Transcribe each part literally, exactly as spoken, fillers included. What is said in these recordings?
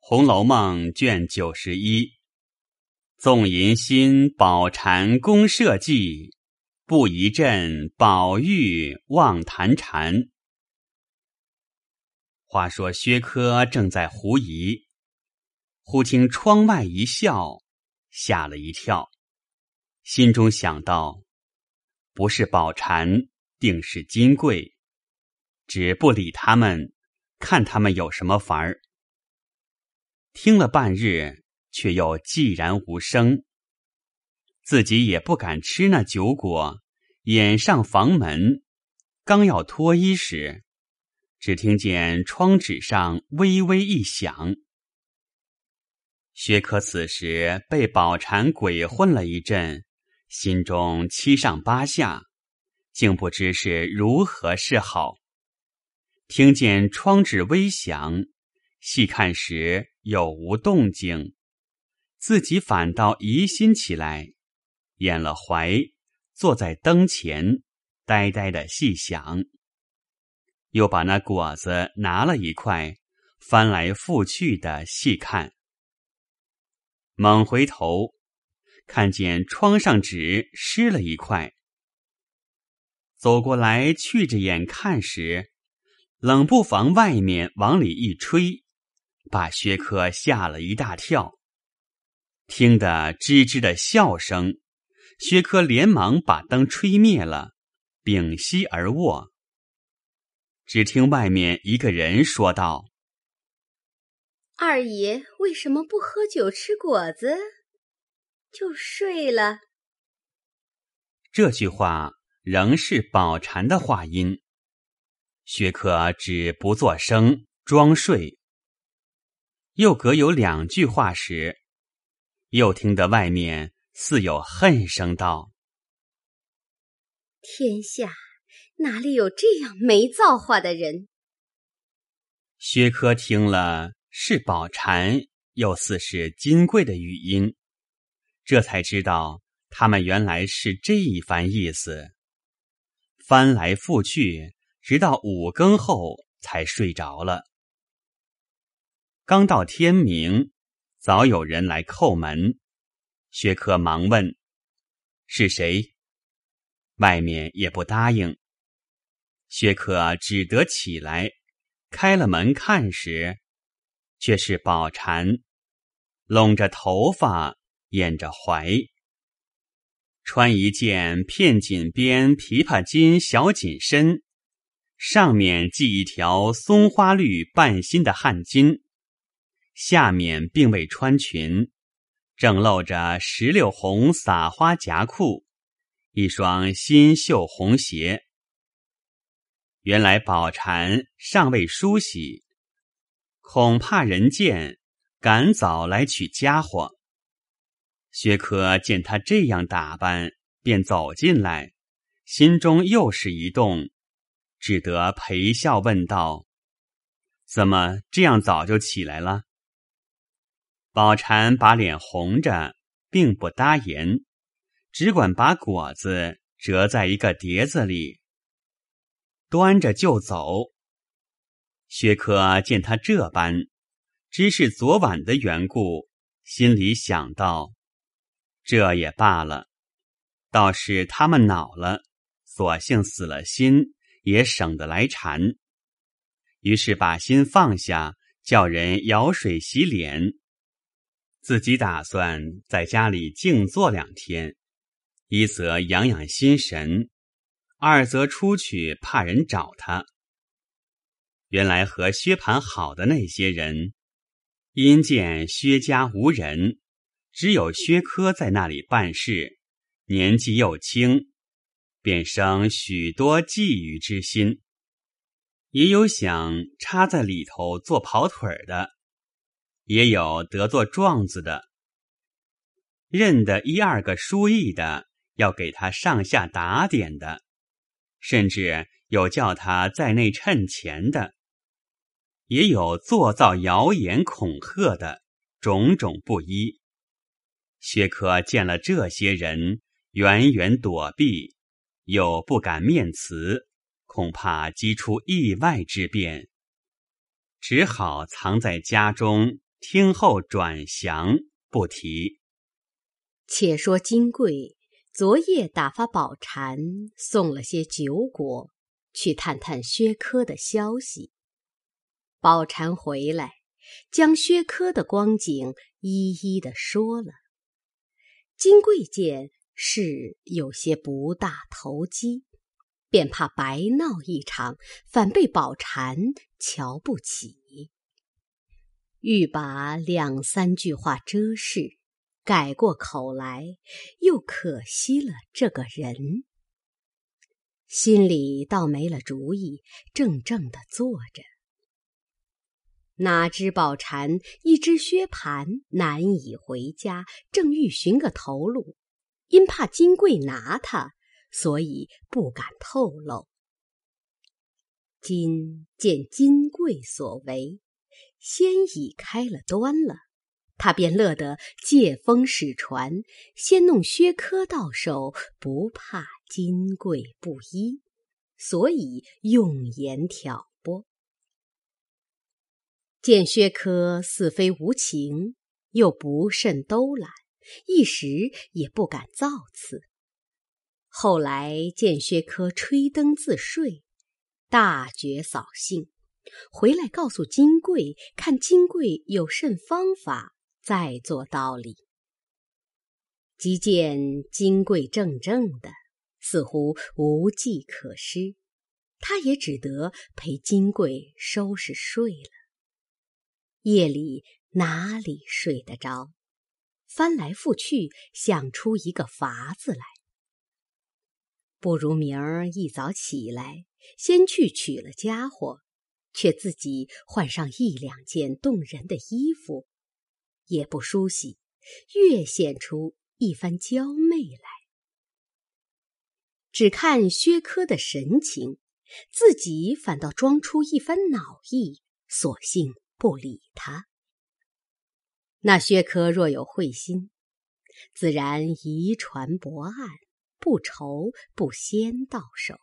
红楼梦》卷九十一，纵淫心宝蟾宫社稷，不疑朕宝玉望谈禅。话说薛科正在狐疑，忽听窗外一笑，吓了一跳，心中想到，不是宝蟾，定是金桂，只不理他们，看他们有什么法儿。听了半日，却又寂然无声，自己也不敢吃那酒果，掩上房门，刚要脱衣时，只听见窗纸上微微一响。薛科此时被宝蟾鬼混了一阵，心中七上八下，竟不知是如何是好。听见窗纸微响，细看时有无动静，自己反倒疑心起来，掩了怀，坐在灯前，呆呆地细想。又把那果子拿了一块，翻来覆去的细看。猛回头，看见窗上纸湿了一块。走过来去着眼看时，冷不防外面往里一吹，把薛科吓了一大跳。听得吱吱的笑声，薛科连忙把灯吹灭了，屏息而卧。只听外面一个人说道：“ 二爷为什么不喝酒吃果子，就睡了？” 这句话仍是宝蟾的话音。薛科只不作声，装睡。又隔有两句话时，又听得外面似有恨声道：“ 天下哪里有这样没造化的人？” 薛科听了是宝蟾，又似是金桂的语音，这才知道他们原来是这一番意思。翻来覆去，直到五更后才睡着了。刚到天明，早有人来叩门。薛科忙问：“是谁？”外面也不答应。薛科只得起来，开了门看时，却是宝蟾，拢着头发，掩着怀，穿一件片锦边琵琶襟小紧身，上面系一条松花绿半新的汗巾，下面并未穿裙，正露着石榴红撒花夹裤，一双新绣红鞋。原来宝蟾尚未梳洗，恐怕人见，赶早来取家伙。薛科见他这样打扮，便走进来，心中又是一动，只得陪笑问道：“怎么这样早就起来了？”宝蟾把脸红着，并不答言，只管把果子折在一个碟子里，端着就走。薛科见他这般，知是昨晚的缘故，心里想到，这也罢了，倒是他们恼了，索性死了心，也省得来缠。于是把心放下，叫人舀水洗脸，自己打算在家里静坐两天，一则养养心神，二则出去怕人找他。原来和薛蟠好的那些人，因见薛家无人，只有薛科在那里办事，年纪又轻，便生许多觊觎之心。也有想插在里头做跑腿的，也有得做状子的，认得一二个书艺的，要给他上下打点的，甚至有叫他在内趁钱的，也有作造谣言恐吓的，种种不一。薛科见了这些人，远远躲避，又不敢面辞，恐怕激出意外之变，只好藏在家中， 听后转详，不提。 且说金贵昨夜打发宝蟾送了些酒果，去探探薛科的消息。宝蟾回来，将薛科的光景一一的说了。金贵见事有些不大投机，便怕白闹一场，反被宝蟾瞧不起，欲把两三句话遮饰，改过口来，又可惜了这个人，心里倒没了主意，怔怔地坐着。哪知宝蟾一只薛蟠难以回家，正欲寻个头路，因怕金贵拿他，所以不敢透露。今见金贵所为，先已开了端了，他便乐得借风使船，先弄薛科到手，不怕金贵不依，所以用言挑拨。见薛科似非无情，又不甚兜揽，一时也不敢造次。后来见薛科吹灯自睡，大觉扫兴，回来告诉金贵，看金贵有甚方法，再做道理。即见金贵怔怔的，似乎无计可施，他也只得陪金贵收拾睡了。夜里哪里睡得着，翻来覆去想出一个法子来。不如明儿一早起来，先去取了家伙，却自己换上一两件动人的衣服，也不梳洗，越显出一番娇媚来。只看薛科的神情，自己反倒装出一番恼意，索性不理他。那薛科若有慧心，自然遗传博案，不愁不先到手。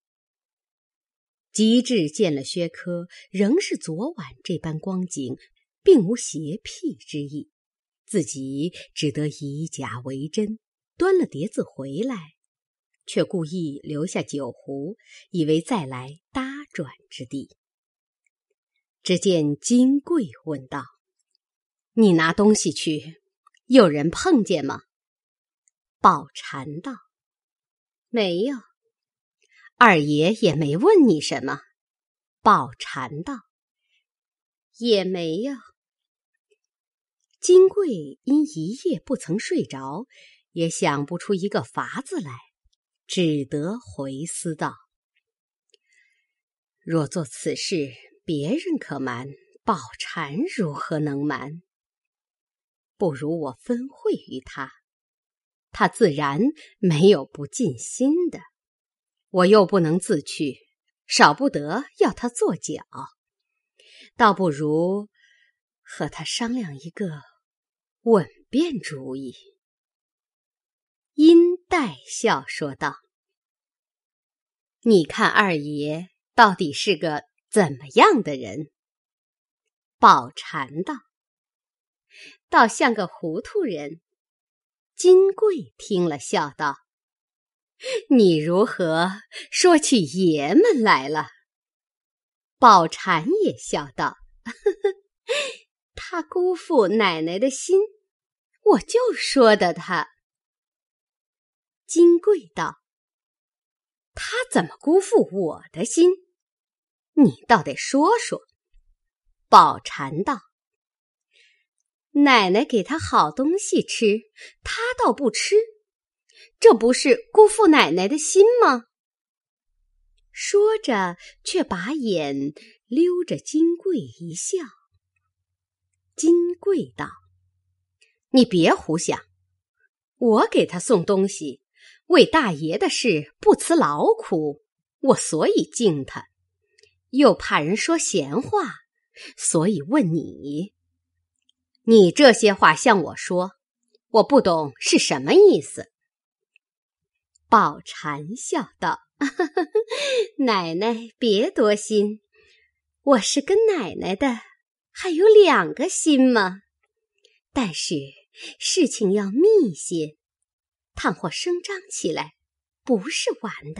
及至见了薛科，仍是昨晚这般光景，并无邪僻之意，自己只得以假为真，端了碟子回来，却故意留下酒壶，以为再来搭转之地。只见金贵问道：“你拿东西去，有人碰见吗？”宝蟾道：“没有。”二爷也没问你什么。宝蟾道：“也没有。”金贵因一夜不曾睡着，也想不出一个法子来，只得回思道：“若做此事，别人可瞒，宝蟾如何能瞒？不如我分惠于他，他自然没有不尽心的。我又不能自去，少不得要他做脚，倒不如和他商量一个稳便主意。”因带笑说道：“你看二爷到底是个怎么样的人？”宝蟾道：“倒像个糊涂人。”金贵听了笑道：“你如何说起爷们来了？”宝蟾也笑道：“呵呵，他辜负奶奶的心，我就说的他。”金贵道：“他怎么辜负我的心？你倒得说说。”宝蟾道：“奶奶给他好东西吃，他倒不吃，这不是辜负奶奶的心吗？”说着，却把眼溜着金贵一笑。金贵道：“你别胡想，我给他送东西，为大爷的事不辞劳苦，我所以敬他，又怕人说闲话，所以问你。你这些话向我说，我不懂是什么意思。”宝蟾笑道：“奶奶别多心，我是跟奶奶的， 还有两个心吗？但是事情要密些，倘或声张起来，不是玩的。”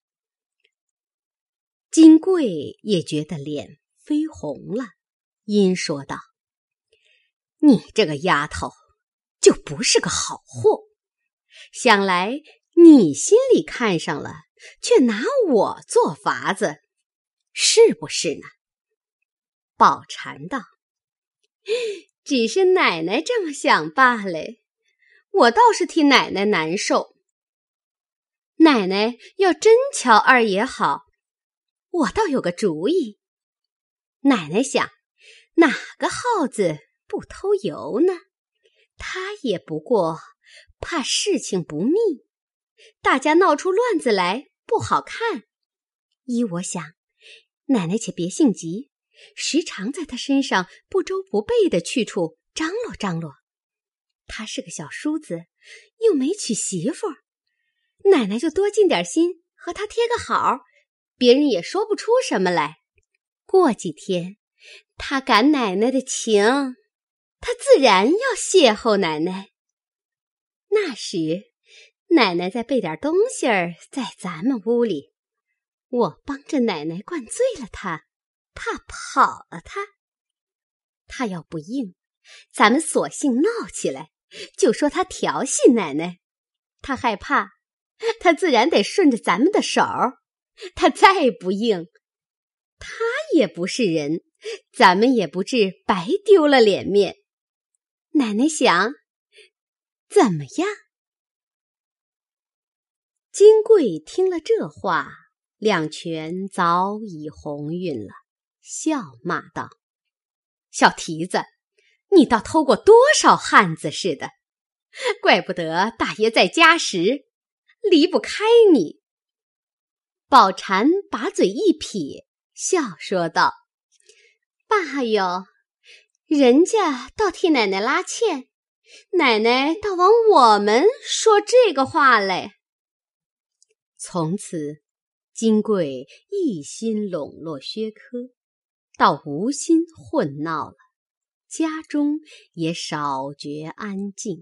金贵也觉得脸绯红了，因说道：“你这个丫头就不是个好货，想来你心里看上了，却拿我做法子，是不是呢？”宝蟾道：“只是奶奶这么想罢了，我倒是替奶奶难受。奶奶要真瞧二爷好，我倒有个主意。奶奶想，哪个耗子不偷油呢？他也不过怕事情不密，大家闹出乱子来不好看。依我想，奶奶且别性急，时常在他身上不周不备的去处张罗张罗。他是个小叔子，又没娶媳妇儿，奶奶就多尽点心，和他贴个好，别人也说不出什么来。过几天，他感奶奶的情，他自然要邂逅奶奶。那时，奶奶再备点东西儿在咱们屋里，我帮着奶奶灌醉了他，怕跑了他。他要不应，咱们索性闹起来，就说他调戏奶奶。他害怕，他自然得顺着咱们的手儿。他再不应，他也不是人，咱们也不至白丢了脸面。奶奶想，怎么样？”金贵听了这话，两拳早已红晕了，笑骂道：“小蹄子，你倒偷过多少汉子似的，怪不得大爷在家时离不开你。”宝蟾把嘴一撇，笑说道：“罢哟，人家倒替奶奶拉纤，奶奶倒往我们说这个话来。”从此，金贵一心笼络薛科，倒无心混闹了，家中也少觉安静。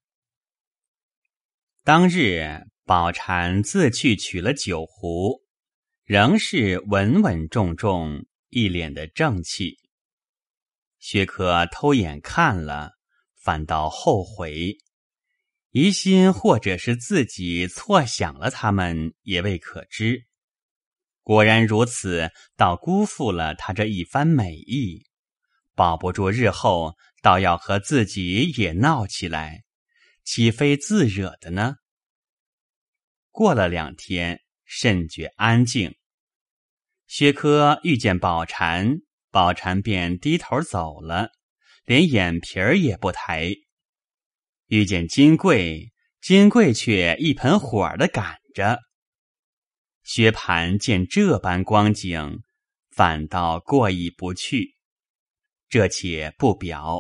当日，宝蟾自去取了酒壶，仍是稳稳重重，一脸的正气。薛科偷眼看了，反倒后悔，疑心或者是自己错想了他们，也未可知。果然如此，倒辜负了他这一番美意，保不住日后倒要和自己也闹起来，岂非自惹的呢？过了两天，甚觉安静。薛科遇见宝蟾，宝蟾便低头走了，连眼皮儿也不抬。遇见金贵，金贵却一盆火的赶着。薛蟠见这般光景，反倒过意不去，这且不表。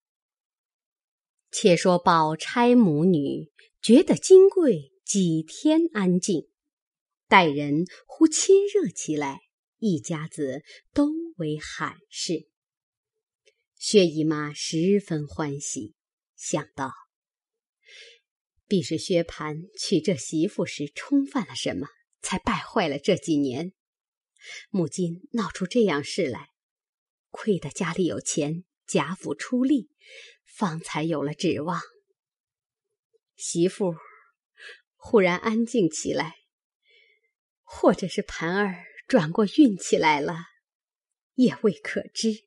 且说宝钗母女觉得金贵几天安静，待人忽亲热起来，一家子都为罕事。薛姨妈十分欢喜，想到必是薛蟠娶这媳妇时冲犯了什么，才败坏了这几年。母今闹出这样事来，亏得家里有钱，贾府出力，方才有了指望。媳妇忽然安静起来，或者是蟠儿转过运气来了，也未可知。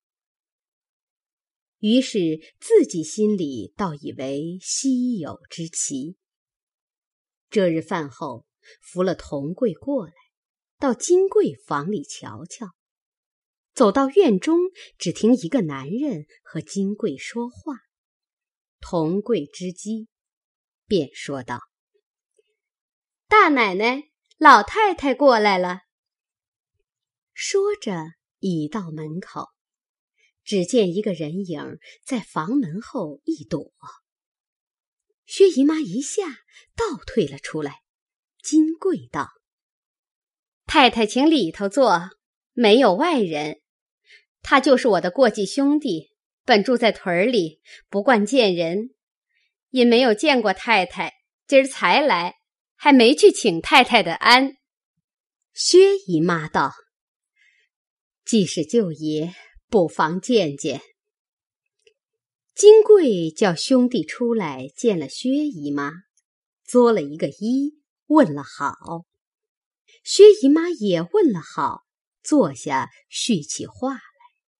于是自己心里倒以为稀有之奇。这日饭后，扶了童贵过来，到金贵房里瞧瞧。走到院中，只听一个男人和金贵说话。童贵知机，便说道：“大奶奶，老太太过来了。”说着已到门口，只见一个人影在房门后一躲。薛姨妈一下倒退了出来。金贵道：“太太请里头坐，没有外人。 他就是我的过继兄弟，本住在屯里，不惯见人，因没有见过太太，今儿才来，还没去请太太的安。薛姨妈道：既是舅爷，不妨见见。金贵叫兄弟出来见了薛姨妈，作了一个揖，问了好。薛姨妈也问了好，坐下叙起话来。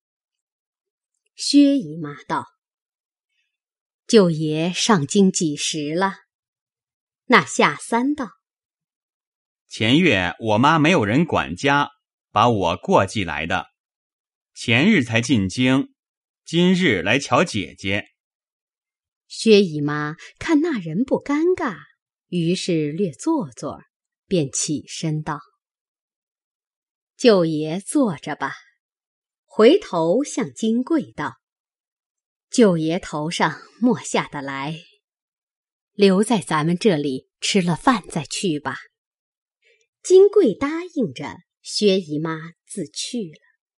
薛姨妈道：舅爷上京几时了？那夏三道： 前月我妈没有人管家，把我过继来的，前日才进京，今日来瞧姐姐。 薛姨妈看那人不尴尬，于是略做作，便起身道：舅爷坐着吧。回头向金贵道：舅爷头上莫下得来，留在咱们这里吃了饭再去吧。金贵答应着，薛姨妈自去了。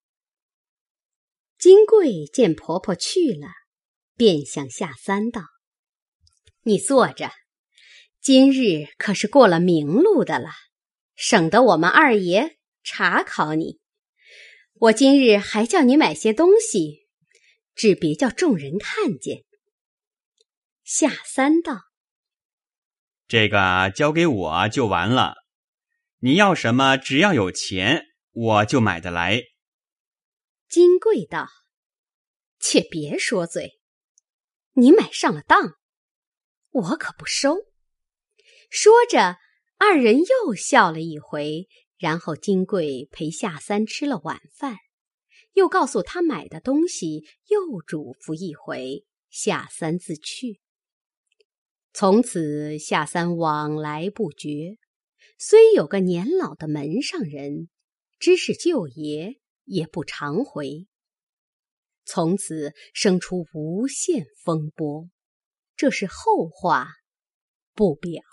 金贵见婆婆去了，便向夏三道：你坐着，今日可是过了明路的了，省得我们二爷查考你。我今日还叫你买些东西，只别叫众人看见。夏三道： 这个交给我就完了，你要什么只要有钱，我就买得来。 金贵道：且别说嘴，你买上了当，我可不收。说着，二人又笑了一回，然后金贵陪夏三吃了晚饭，又告诉他买的东西，又嘱咐一回，夏三自去。从此夏三往来不绝，虽有个年老的门上人，知是舅爷，也不常回。从此生出无限风波，这是后话，不表。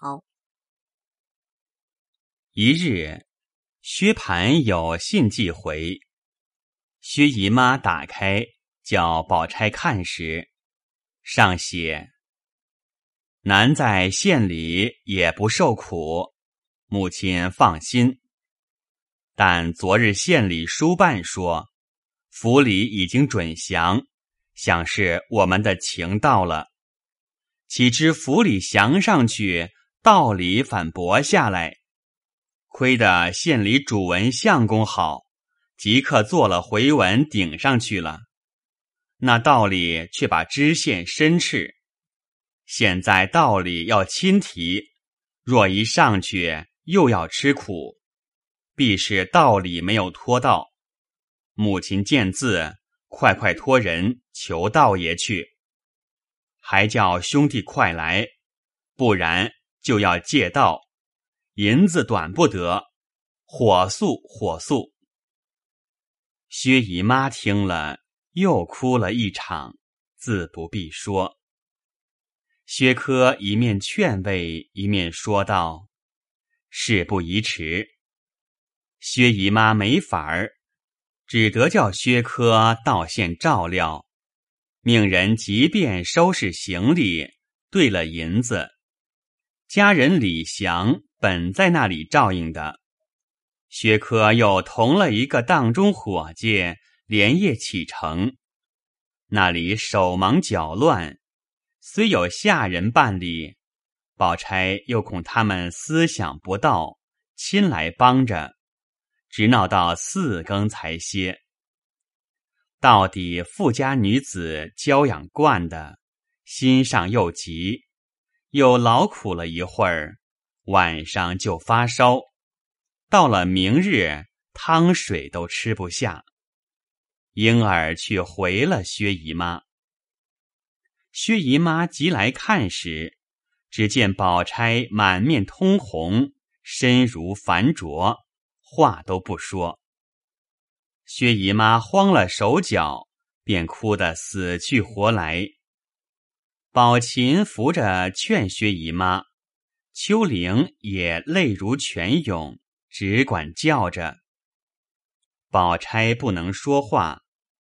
一日，薛蟠有信寄回，薛姨妈打开，叫宝钗看时，上写：男在县里也不受苦，母亲放心。但昨日县里书办说，府里已经准降，想是我们的情到了。岂知府里降上去，道里反驳下来。亏得县里主文相公好，即刻做了回文顶上去了。那道里却把知县申斥，现在道里要亲提，若一上去又要吃苦，必是道理没有托到。母亲见字，快快托人求道爷去，还叫兄弟快来，不然就要借道，银子短不得，火速火速。薛姨妈听了，又哭了一场，自不必说。薛科一面劝慰，一面说道：事不宜迟。薛姨妈没法儿，只得叫薛科到县照料，命人即便收拾行李，兑了银子。家人李祥本在那里照应的，薛科又同了一个当中伙计，连夜启程。那里手忙脚乱，虽有下人办理，宝钗又恐他们思想不到，亲来帮着，直闹到四更才歇。到底富家女子娇养惯的，心上又急，又劳苦了一会儿，晚上就发烧，到了明日汤水都吃不下，因而去回了薛姨妈。薛姨妈急来看时，只见宝钗满面通红，身如凡浊，话都不说。薛姨妈慌了手脚，便哭得死去活来。宝琴扶着劝薛姨妈，秋玲也泪如泉涌，只管叫着。宝钗不能说话，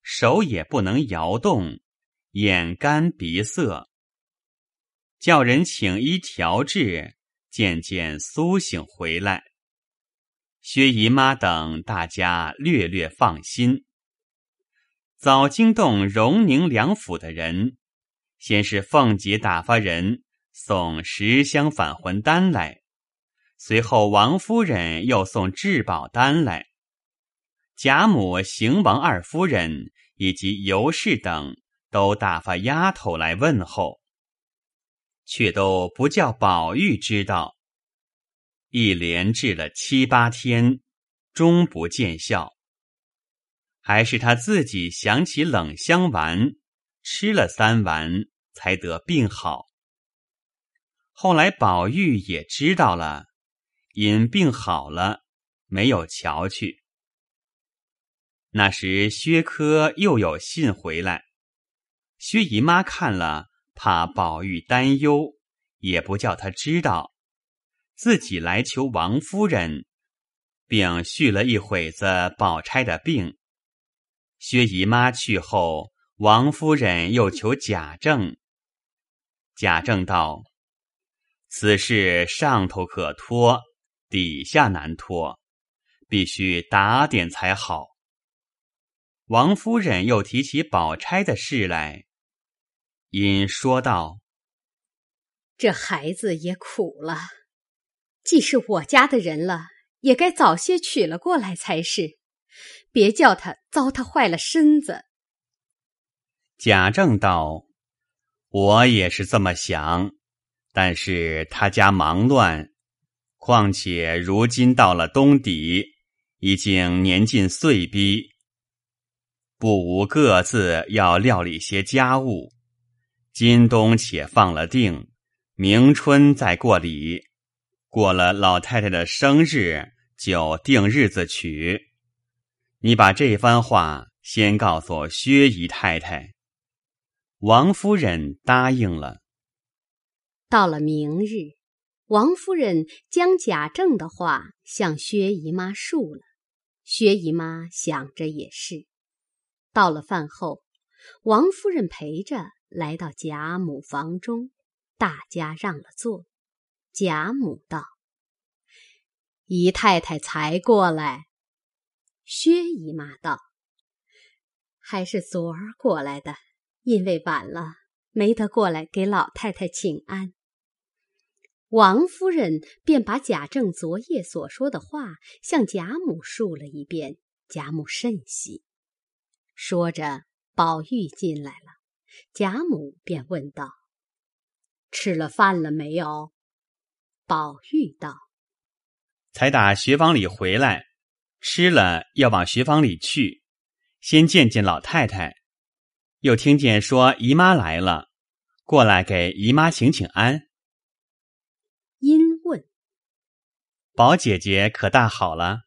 手也不能摇动，眼干鼻涩，叫人请医调治，渐渐苏醒回来。薛姨妈等大家略略放心。早惊动荣宁两府的人，先是凤姐打发人送十香返魂丹来，随后王夫人又送治宝丹来。贾母、邢王二夫人以及尤氏等都打发丫头来问候，却都不叫宝玉知道。一连治了七八天，终不见效。还是他自己想起冷香丸，吃了三丸才得病好。后来宝玉也知道了，因病好了，没有瞧去。那时薛科又有信回来，薛姨妈看了，怕宝玉担忧，也不叫他知道，自己来求王夫人，并续了一会子宝钗的病。薛姨妈去后，王夫人又求贾政。贾政道：此事上头可托，底下难托，必须打点才好。王夫人又提起宝钗的事来，因说道： 这孩子也苦了，既是我家的人了，也该早些娶了过来才是，别叫他糟蹋坏了身子。 贾政道：我也是这么想，但是他家忙乱，况且如今到了冬底，已经年近岁逼，不无各自要料理些家务。今冬且放了定，明春再过礼，过了老太太的生日，就定日子娶。你把这番话先告诉薛姨太太。王夫人答应了。 到了明日，王夫人将贾政的话向薛姨妈述了，薛姨妈想着也是。到了饭后，王夫人陪着来到贾母房中，大家让了座。贾母道：姨太太才过来。薛姨妈道：还是昨儿过来的，因为晚了，没得过来给老太太请安。王夫人便把贾政昨夜所说的话向贾母述了一遍，贾母甚喜。说着，宝玉进来了，贾母便问道：吃了饭了没有？宝玉道： 才打学房里回来，吃了要往学房里去，先见见老太太，又听见说姨妈来了，过来给姨妈请请安。 因问： 宝姐姐可大好了？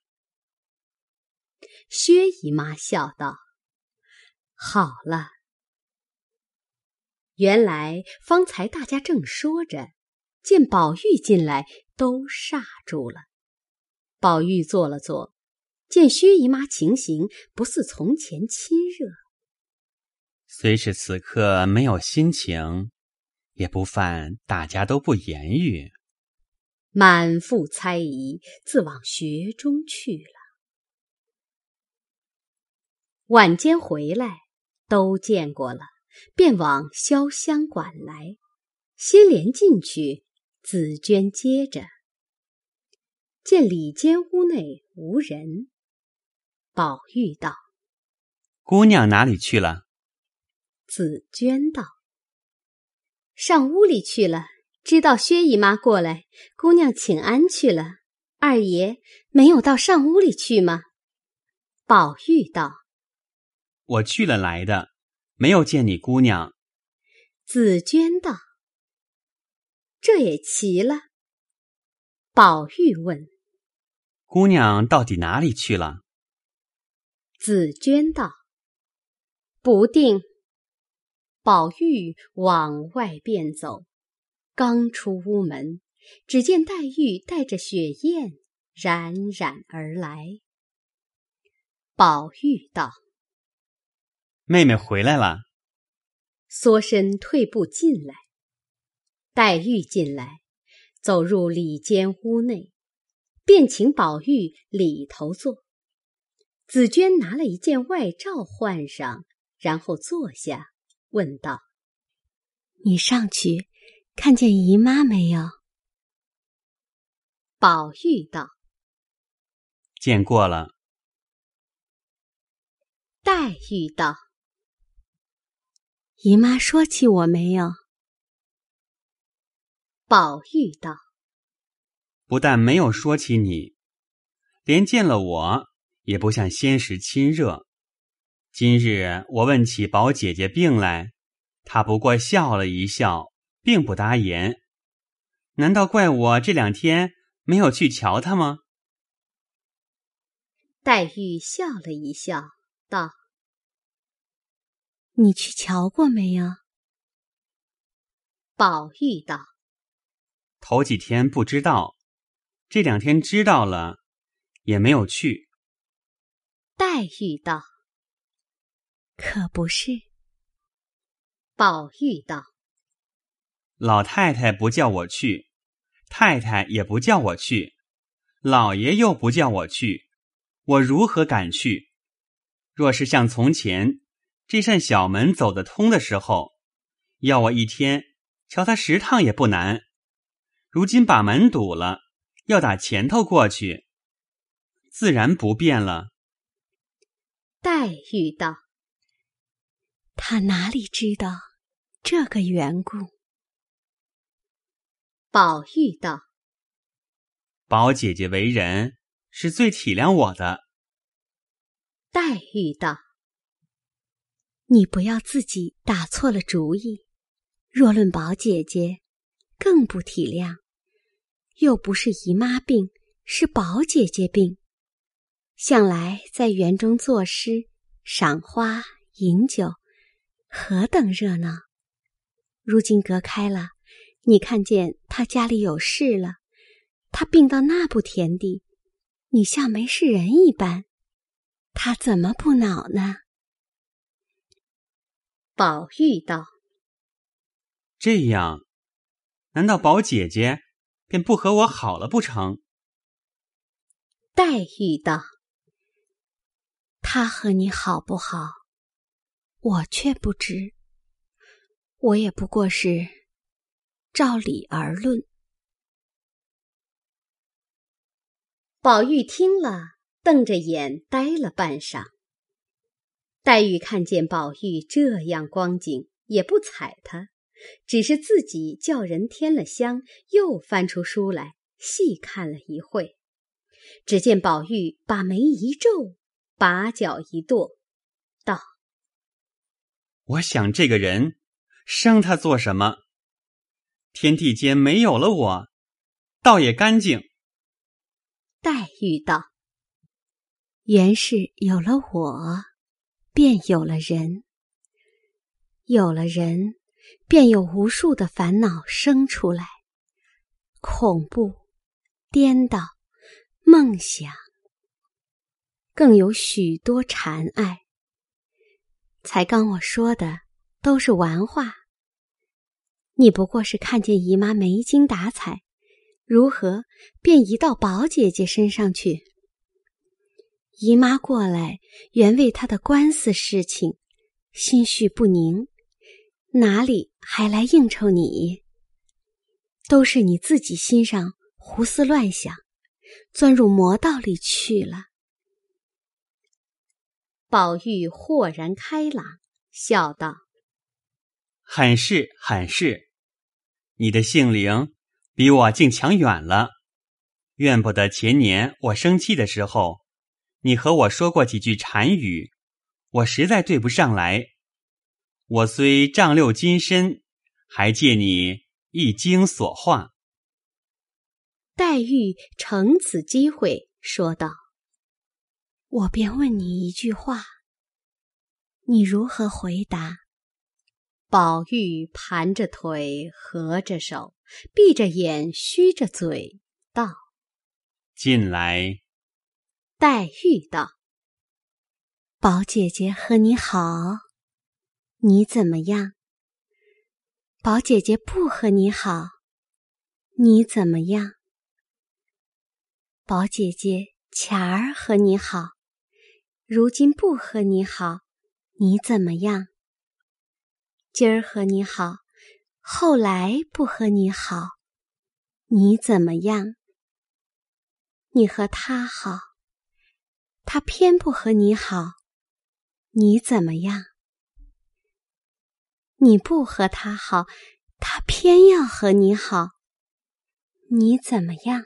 薛姨妈笑道：好了。原来方才大家正说着，见宝玉进来，都煞住了。宝玉坐了坐，见薛姨妈情形不似从前亲热， 虽是此刻没有心情，也不犯大家都不言语， 满腹猜疑，自往学中去了。晚间回来，都见过了，便往潇湘馆来。先莲进去，紫鹃接着，见里间屋内无人。宝玉道： 姑娘哪里去了？ 紫鹃道：上屋里去了，知道薛姨妈过来，姑娘请安去了。二爷没有到上屋里去吗？宝玉道： 我去了来的，没有见你姑娘。 紫鹃道：这也奇了。宝玉问： 姑娘到底哪里去了？ 紫鹃道：不定。宝玉往外便走，刚出屋门，只见黛玉带着雪雁冉冉而来。宝玉道： 妹妹回来了。 缩身退步进来。黛玉进来，走入里间屋内，便请宝玉里头坐。紫鹃拿了一件外罩换上，然后坐下，问道：“ 你上去看见姨妈没有？” 宝玉道：“ 见过了。” 黛玉道：“ 姨妈说起我没有？” 宝玉道：“ 不但没有说起你，连见了我也不像先时亲热。今日我问起宝姐姐病来，她不过笑了一笑，并不答言。难道怪我这两天没有去瞧她吗？” 黛玉笑了一笑，道：“ 你去瞧过没有？” 宝玉道：“ 头几天不知道，这两天知道了，也没有去。” 黛玉道：“ 可不是。” 宝玉道：“ 老太太不叫我去，太太也不叫我去，老爷又不叫我去，我如何敢去？若是像从前这扇小门走得通的时候，要我一天瞧他十趟也不难。如今把门堵了，要打前头过去，自然不便了。” 黛玉道：“ 他哪里知道这个缘故？” 宝玉道：“ 宝姐姐为人是最体谅我的。” 黛玉道：“ 你不要自己打错了主意。若论宝姐姐，更不体谅，又不是姨妈病，是宝姐姐病。向来在园中作诗、赏花、饮酒，何等热闹！如今隔开了，你看见她家里有事了，她病到那步田地，你像没事人一般，她怎么不恼呢？” 宝玉道：“ 这样，难道宝姐姐便不和我好了不成？” 黛玉道：“ 她和你好不好，我却不知。我也不过是照理而论。” 宝玉听了，瞪着眼呆了半晌。黛玉看见宝玉这样光景，也不睬他，只是自己叫人添了香，又翻出书来细看了一会。只见宝玉把眉一皱，把脚一跺，道：“ 我想这个人生他做什么？天地间没有了我，倒也干净。” 黛玉道：“ 原是有了我，便有了人，有了人，便有无数的烦恼生出来，恐怖、颠倒、梦想，更有许多缠爱。才刚我说的都是玩话，你不过是看见姨妈没精打采，如何便移到宝姐姐身上去？姨妈过来原为她的官司事情，心绪不宁，哪里还来应酬你？都是你自己心上胡思乱想，钻入魔道里去了。” 宝玉豁然开朗，笑道：“ 很是很是，你的性灵比我竟强远了。怨不得前年我生气的时候，你和我说过几句禅语，我实在对不上来。我虽丈六金身，还借你一经所化。” 黛玉乘此机会说道：“ 我便问你一句话，你如何回答？” 宝玉盘着腿，合着手，闭着眼，虚着嘴，道：“ 进来。” 黛玉道：“ 宝姐姐和你好。” 你怎么样？宝姐姐不和你好，你怎么样？宝姐姐前儿和你好，如今不和你好，你怎么样？今儿和你好，后来不和你好，你怎么样？你和他好，他偏不和你好，你怎么样？你不和他好，他偏要和你好，你怎么样？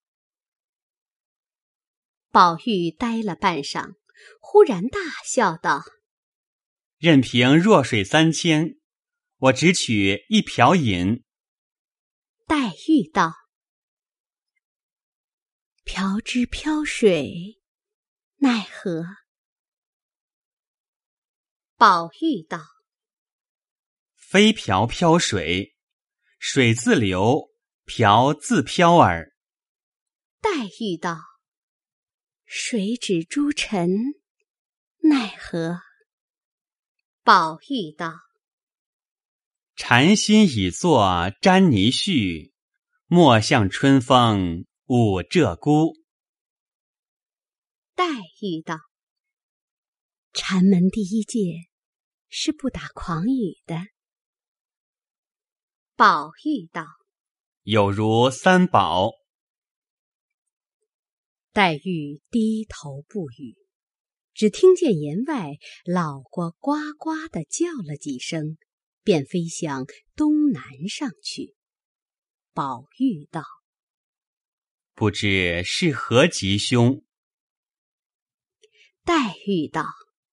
宝玉呆了半晌，忽然大笑道： 任凭弱水三千，我只取一瓢饮。 黛玉道： 瓢之漂水，奈何？ 宝玉道： 非瓢漂水，水自流，瓢自漂耳。 黛玉道： 水指诸尘，奈何？ 宝玉道： 禅心已作沾泥絮，莫向春风舞鹧鸪。 黛玉道： 禅门第一戒是不打诳语的。 宝玉道： 有如三宝。 黛玉低头不语，只听见檐外老瓜呱呱地叫了几声，便飞向东南上去。宝玉道： 不知是何吉凶？ 黛玉道：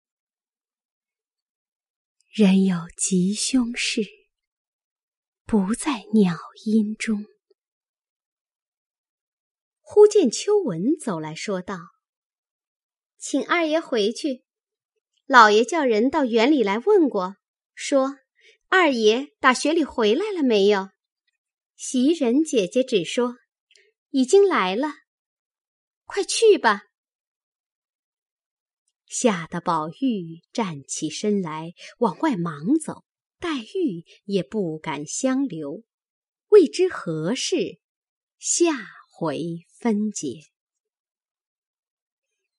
人有吉凶事，不在鸟音中。 忽见秋纹走来说道：请二爷回去，老爷叫人到园里来问过，说二爷打学里回来了没有？袭人姐姐只说已经来了，快去吧。吓得宝玉站起身来往外忙走，黛玉也不敢相留，未知何事，下回分解。